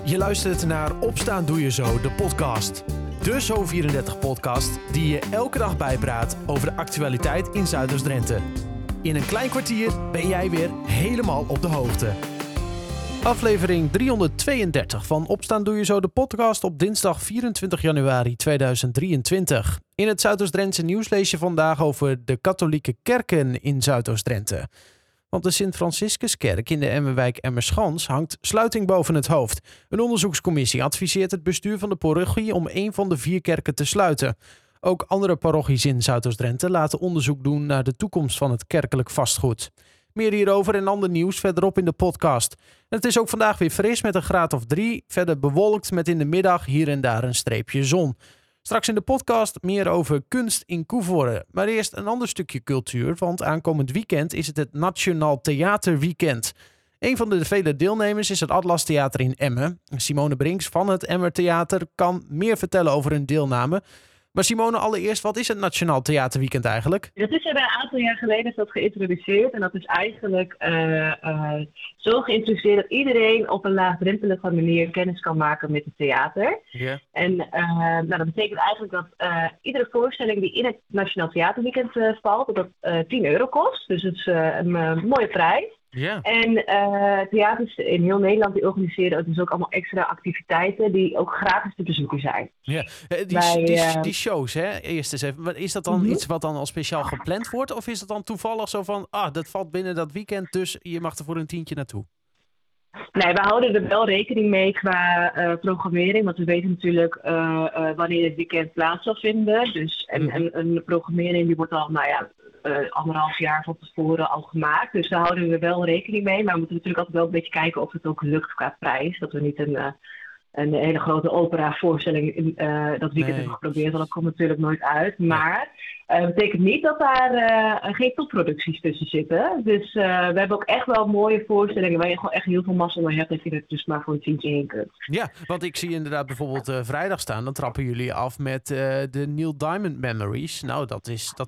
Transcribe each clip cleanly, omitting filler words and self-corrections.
Je luistert naar Opstaan Doe Je Zo, de podcast. De Zo34-podcast die je elke dag bijpraat over de actualiteit in Zuidoost-Drenthe. In een klein kwartier ben jij weer helemaal op de hoogte. Aflevering 332 van Opstaan Doe Je Zo, de podcast op dinsdag 24 januari 2023. In het Zuidoost-Drentse nieuws lees je vandaag over de katholieke kerken in Zuidoost-Drenthe. Want de Sint-Franciscuskerk in de Emmerwijk Emmerschans hangt sluiting boven het hoofd. Een onderzoekscommissie adviseert het bestuur van de parochie om een van de 4 kerken te sluiten. Ook andere parochies in Zuidoost-Drenthe laten onderzoek doen naar de toekomst van het kerkelijk vastgoed. Meer hierover en ander nieuws verderop in de podcast. En het is ook vandaag weer fris met een graad of 3. Verder bewolkt met in de middag hier en daar een streepje zon. Straks in de podcast meer over kunst in Coevorden. Maar eerst een ander stukje cultuur, want aankomend weekend is het Nationaal Theaterweekend. Een van de vele deelnemers is het Atlas Theater in Emmen. Simone Brinks van het Emmer Theater kan meer vertellen over hun deelname. Maar Simone, allereerst, wat is het Nationaal Theaterweekend eigenlijk? Dat is er een aantal jaar geleden is dat geïntroduceerd. En dat is eigenlijk zo geïntroduceerd dat iedereen op een laagdrempelige manier kennis kan maken met het theater. Yeah. En dat betekent eigenlijk dat iedere voorstelling die in het Nationaal Theaterweekend valt, dat €10 kost. Dus het is een mooie prijs. Yeah. En theaters in heel Nederland die organiseren dus ook allemaal extra activiteiten die ook gratis te bezoeken zijn. Ja, die shows, hè? Eerst eens even. Maar is dat dan iets wat dan al speciaal gepland wordt? Of is het dan toevallig zo van, dat valt binnen dat weekend, dus je mag er voor een tientje naartoe? Nee, we houden er wel rekening mee qua programmering. Want we weten natuurlijk wanneer het weekend plaats zal vinden. Dus, en een programmering die wordt al, 1,5 jaar van tevoren al gemaakt. Dus daar houden we wel rekening mee. Maar we moeten natuurlijk altijd wel een beetje kijken of het ook lukt qua prijs. Dat we niet een hele grote opera-voorstelling dat weekend hebben geprobeerd. Want dat komt natuurlijk nooit uit. Maar het betekent niet dat daar geen topproducties tussen zitten. Dus we hebben ook echt wel mooie voorstellingen waar je gewoon echt heel veel massa mee hebt. Dat je er dus maar voor een tientje heen kunt. Ja, want ik zie inderdaad bijvoorbeeld vrijdag staan. Dan trappen jullie af met de Neil Diamond Memories. Nou, dat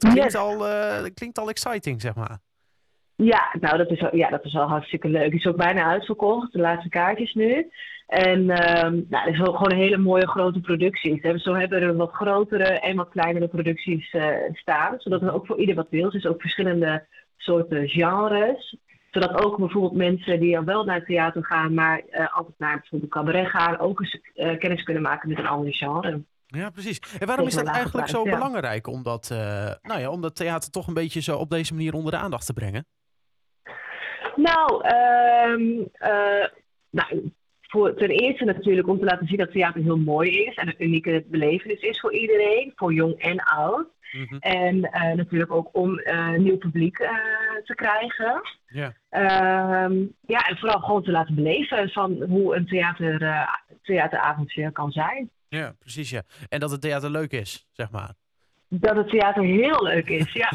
klinkt al exciting, zeg maar. Ja, nou dat is al hartstikke leuk. Die is ook bijna uitverkocht, de laatste kaartjes nu. En dat is ook gewoon een hele mooie grote producties. Zo hebben we er wat grotere en wat kleinere producties staan. Zodat er ook voor ieder wat wil. Dus ook verschillende soorten genres. Zodat ook bijvoorbeeld mensen die al wel naar het theater gaan, maar altijd naar bijvoorbeeld cabaret gaan, ook eens kennis kunnen maken met een ander genre. Ja, precies. En waarom is dat eigenlijk zo belangrijk om dat theater toch een beetje zo op deze manier onder de aandacht te brengen? Ten eerste natuurlijk om te laten zien dat theater heel mooi is en een unieke belevenis is voor iedereen, voor jong en oud. Mm-hmm. En natuurlijk ook om nieuw publiek te krijgen. Yeah. En vooral gewoon te laten beleven van hoe een theateravondje kan zijn. Ja, precies, ja. En dat het theater leuk is, zeg maar. Dat het theater heel leuk is, ja.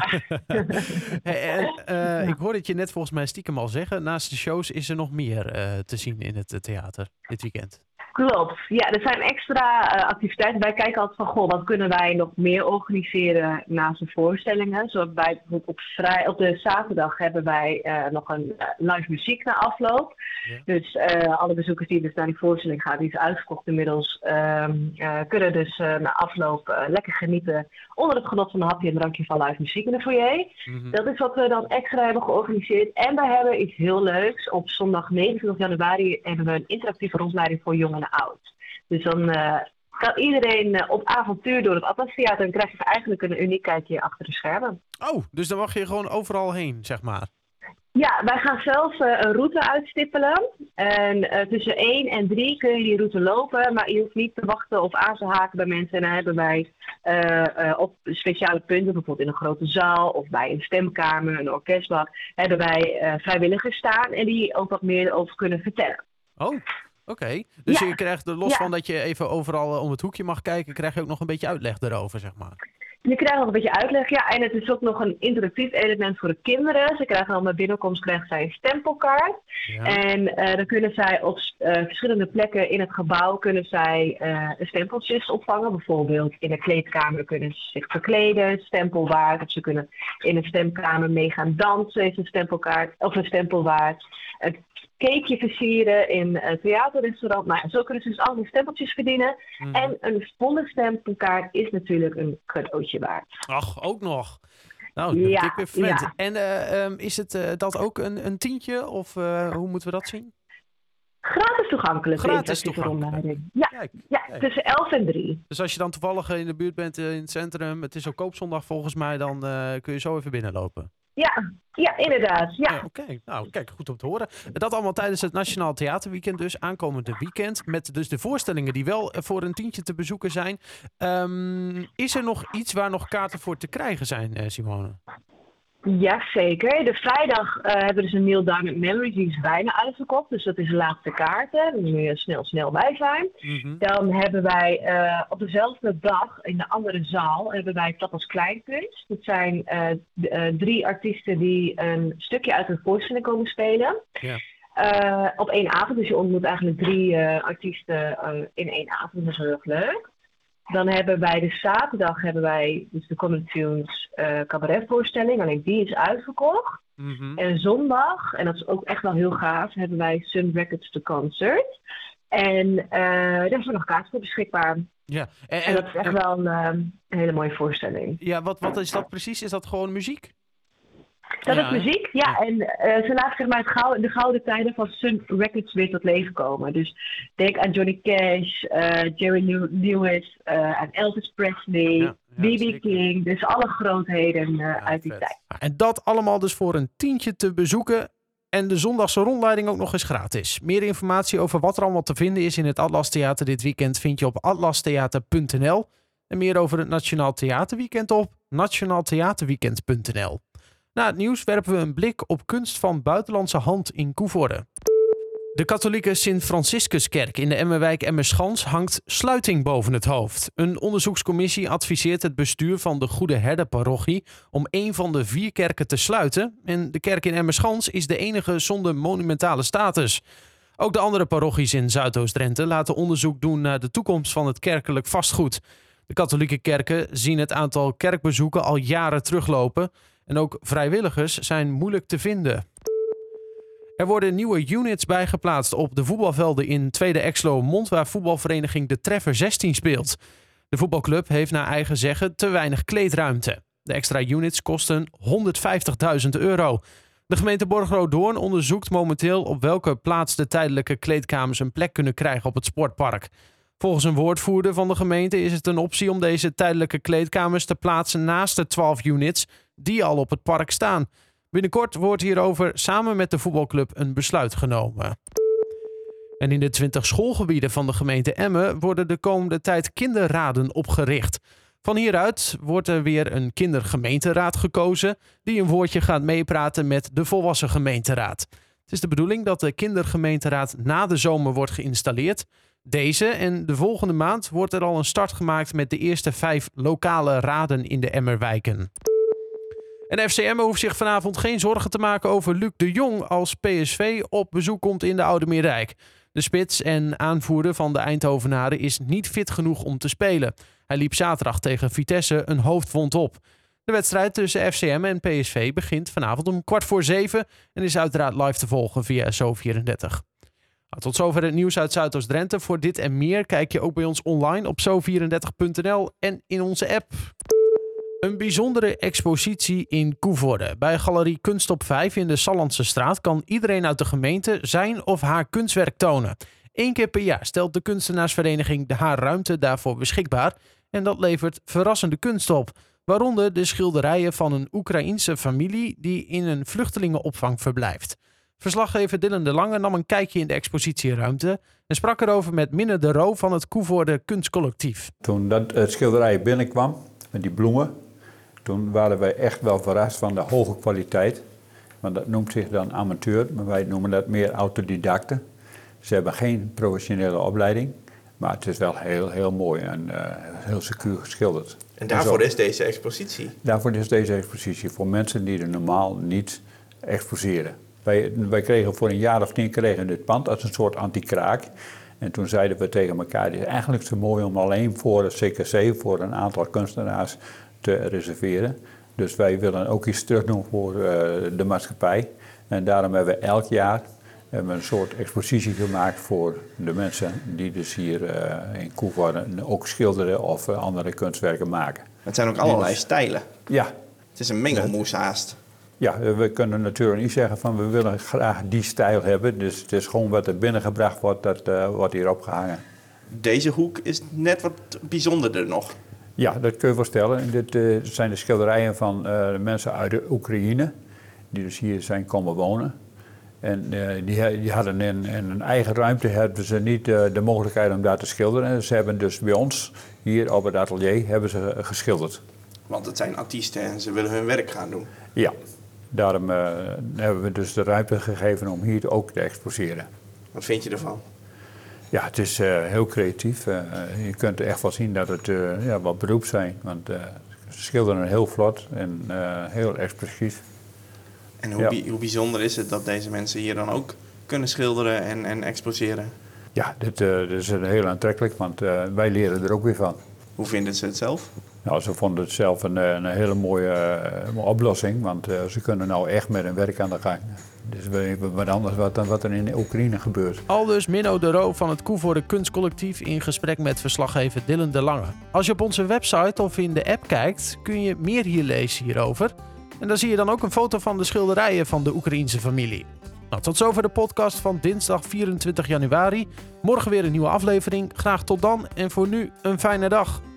Ik hoorde het je net volgens mij stiekem al zeggen. Naast de shows is er nog meer te zien in het theater dit weekend. Klopt. Ja, er zijn extra activiteiten. Wij kijken altijd van, wat kunnen wij nog meer organiseren naast de voorstellingen. Zo bij bijvoorbeeld op de zaterdag hebben wij nog een live muziek na afloop. Ja. Dus alle bezoekers die dus naar die voorstelling gaan, die is uitverkocht inmiddels, kunnen dus na afloop lekker genieten onder het genot van een hapje en drankje van live muziek in de foyer. Mm-hmm. Dat is wat we dan extra hebben georganiseerd. En we hebben iets heel leuks. Op zondag 29 januari hebben we een interactieve rondleiding voor jong en oud. Dus dan kan iedereen op avontuur door het Atlas Theater en krijg je eigenlijk een uniek kijkje achter de schermen. Oh, dus dan mag je gewoon overal heen, zeg maar. Ja, wij gaan zelf een route uitstippelen. En tussen 1 en 3 kun je die route lopen, maar je hoeft niet te wachten of aan te haken bij mensen. En dan hebben wij op speciale punten, bijvoorbeeld in een grote zaal of bij een stemkamer, een orkestbak, hebben wij vrijwilligers staan en die ook wat meer over kunnen vertellen. Oh. Oké, dus je krijgt er los van dat je even overal om het hoekje mag kijken, krijg je ook nog een beetje uitleg erover, zeg maar. Je krijgt nog een beetje uitleg, ja. En het is ook nog een interactief element voor de kinderen. Ze krijgen al bij binnenkomst een stempelkaart. Ja. En dan kunnen zij op verschillende plekken in het gebouw stempeltjes opvangen. Bijvoorbeeld in de kleedkamer kunnen ze zich verkleden, stempelwaard. Of ze kunnen in een stemkamer mee gaan dansen, is een stempelkaart of een stempelwaard. cakeje versieren in het theaterrestaurant. Nou, zo kunnen ze dus allemaal stempeltjes verdienen. En een volle stempelkaart is natuurlijk een cadeautje waard. Ach, ook nog. Nou, ik ben fan. Ja. En is het dat ook een tientje of hoe moeten we dat zien? Gratis toegankelijk. Gratis toegankelijk. Ja, tussen 11 en 3. Dus als je dan toevallig in de buurt bent in het centrum, het is ook koopzondag volgens mij, dan kun je zo even binnenlopen. Ja, inderdaad. Ja. Oké. Nou, kijk, goed om te horen. Dat allemaal tijdens het Nationaal Theaterweekend dus, aankomende weekend. Met dus de voorstellingen die wel voor een tientje te bezoeken zijn. Is er nog iets waar nog kaarten voor te krijgen zijn, Simone? Jazeker. De vrijdag hebben we dus een Neil Diamond Memories. Die is bijna uitverkocht. Dus dat is de laatste kaarten. Daar moet je snel bij zijn. Mm-hmm. Dan hebben wij op dezelfde dag in de andere zaal hebben wij Tappels Kleinkunst. Dat zijn 3 artiesten die een stukje uit een voorstelling komen spelen. Yeah. Op 1 avond. Dus je ontmoet eigenlijk 3 artiesten in 1 avond. Dat is heel erg leuk. Dan hebben wij de zaterdag dus de Common Tunes cabaretvoorstelling. Alleen die is uitverkocht. Mm-hmm. En zondag, en dat is ook echt wel heel gaaf, hebben wij Sun Records The Concert. En daar is er nog kaart voor beschikbaar. Ja. En dat is echt wel een hele mooie voorstelling. Ja, wat is dat precies? Is dat gewoon muziek? Dat is muziek, ja. En ze laten zeg maar de gouden tijden van Sun Records weer tot leven komen. Dus denk aan Johnny Cash, Jerry Lewis, aan Elvis Presley, B.B. King. Dus alle grootheden uit die tijd. En dat allemaal dus voor een tientje te bezoeken. En de zondagse rondleiding ook nog eens gratis. Meer informatie over wat er allemaal te vinden is in het Atlas Theater dit weekend vind je op atlastheater.nl. En meer over het Nationaal Theaterweekend op nationaaltheaterweekend.nl. Na het nieuws werpen we een blik op kunst van buitenlandse hand in Coevorden. De katholieke Sint-Franciscuskerk in de Emmerwijk Emmerschans hangt sluiting boven het hoofd. Een onderzoekscommissie adviseert het bestuur van de Goede Herder-parochie om 1 van de 4 kerken te sluiten. En de kerk in Emmerschans is de enige zonder monumentale status. Ook de andere parochies in Zuidoost-Drenthe laten onderzoek doen naar de toekomst van het kerkelijk vastgoed. De katholieke kerken zien het aantal kerkbezoeken al jaren teruglopen. En ook vrijwilligers zijn moeilijk te vinden. Er worden nieuwe units bijgeplaatst op de voetbalvelden in Tweede Exlo-Mond, waar voetbalvereniging De Treffer 16 speelt. De voetbalclub heeft naar eigen zeggen te weinig kleedruimte. De extra units kosten €150.000. De gemeente Borgeroodoorn onderzoekt momenteel op welke plaats de tijdelijke kleedkamers een plek kunnen krijgen op het sportpark. Volgens een woordvoerder van de gemeente is het een optie om deze tijdelijke kleedkamers te plaatsen naast de 12 units die al op het park staan. Binnenkort wordt hierover samen met de voetbalclub een besluit genomen. En in de 20 schoolgebieden van de gemeente Emmen worden de komende tijd kinderraden opgericht. Van hieruit wordt er weer een kindergemeenteraad gekozen die een woordje gaat meepraten met de volwassen gemeenteraad. Het is de bedoeling dat de kindergemeenteraad na de zomer wordt geïnstalleerd. Deze en de volgende maand wordt er al een start gemaakt met de eerste 5 lokale raden in de Emmerwijken. En FC Emmen hoeft zich vanavond geen zorgen te maken over Luc de Jong als PSV op bezoek komt in de Oude Meerdijk. De spits en aanvoerder van de Eindhovenaren is niet fit genoeg om te spelen. Hij liep zaterdag tegen Vitesse een hoofdwond op. De wedstrijd tussen FC Emmen en PSV begint vanavond om 6:15 en is uiteraard live te volgen via Zo34. Tot zover het nieuws uit Zuidoost-Drenthe. Voor dit en meer kijk je ook bij ons online op zo34.nl en in onze app. Een bijzondere expositie in Coevorden. Bij Galerie Kunst op 5 in de Sallandse straat kan iedereen uit de gemeente zijn of haar kunstwerk tonen. 1 keer per jaar stelt de kunstenaarsvereniging haar ruimte daarvoor beschikbaar. En dat levert verrassende kunst op. Waaronder de schilderijen van een Oekraïense familie die in een vluchtelingenopvang verblijft. Verslaggever Dylan de Lange nam een kijkje in de expositieruimte en sprak erover met Minne de Roo van het Coevorden Kunstcollectief. Toen dat schilderij binnenkwam met die bloemen, toen waren wij echt wel verrast van de hoge kwaliteit. Want dat noemt zich dan amateur, maar wij noemen dat meer autodidacten. Ze hebben geen professionele opleiding, maar het is wel heel mooi en heel secuur geschilderd. En daarvoor is deze expositie? Daarvoor is deze expositie voor mensen die er normaal niet exposeren. Wij kregen voor een jaar of 10 dit pand als een soort anti-kraak. En toen zeiden we tegen elkaar, het is eigenlijk zo mooi om alleen voor het CKC, voor een aantal kunstenaars te reserveren. Dus wij willen ook iets terug doen voor de maatschappij. En daarom hebben we elk jaar hebben we een soort expositie gemaakt voor de mensen die dus hier in Koevoorde ook schilderen of andere kunstwerken maken. Het zijn ook allerlei stijlen. Ja. Het is een mengelmoes haast. Ja, we kunnen natuurlijk niet zeggen van we willen graag die stijl hebben. Dus het is gewoon wat er binnengebracht wordt, dat wordt hier opgehangen. Deze hoek is net wat bijzonderder nog. Ja, dat kun je wel stellen. Dit zijn de schilderijen van de mensen uit de Oekraïne, die dus hier zijn komen wonen. En die hadden in een eigen ruimte hebben ze niet de mogelijkheid om daar te schilderen. En ze hebben dus bij ons, hier op het atelier, hebben ze geschilderd. Want het zijn artiesten en ze willen hun werk gaan doen. Ja, daarom hebben we dus de ruimte gegeven om hier ook te exposeren. Wat vind je ervan? Ja, het is heel creatief. Je kunt echt wel zien dat het wat beroep zijn. Want ze schilderen heel vlot en heel expressief. En hoe bijzonder is het dat deze mensen hier dan ook kunnen schilderen en exposeren? Ja, dit is heel aantrekkelijk, want wij leren er ook weer van. Hoe vinden ze het zelf? Nou, ze vonden het zelf een hele mooie oplossing, want ze kunnen nou echt met hun werk aan de gang. Dus wat anders dan wat er in de Oekraïne gebeurt. Aldus Menno de Roo van het Koevoorde Kunstcollectief in gesprek met verslaggever Dylan de Lange. Als je op onze website of in de app kijkt, kun je meer hier lezen hierover. En daar zie je dan ook een foto van de schilderijen van de Oekraïense familie. Nou, tot zover de podcast van dinsdag 24 januari. Morgen weer een nieuwe aflevering. Graag tot dan en voor nu een fijne dag.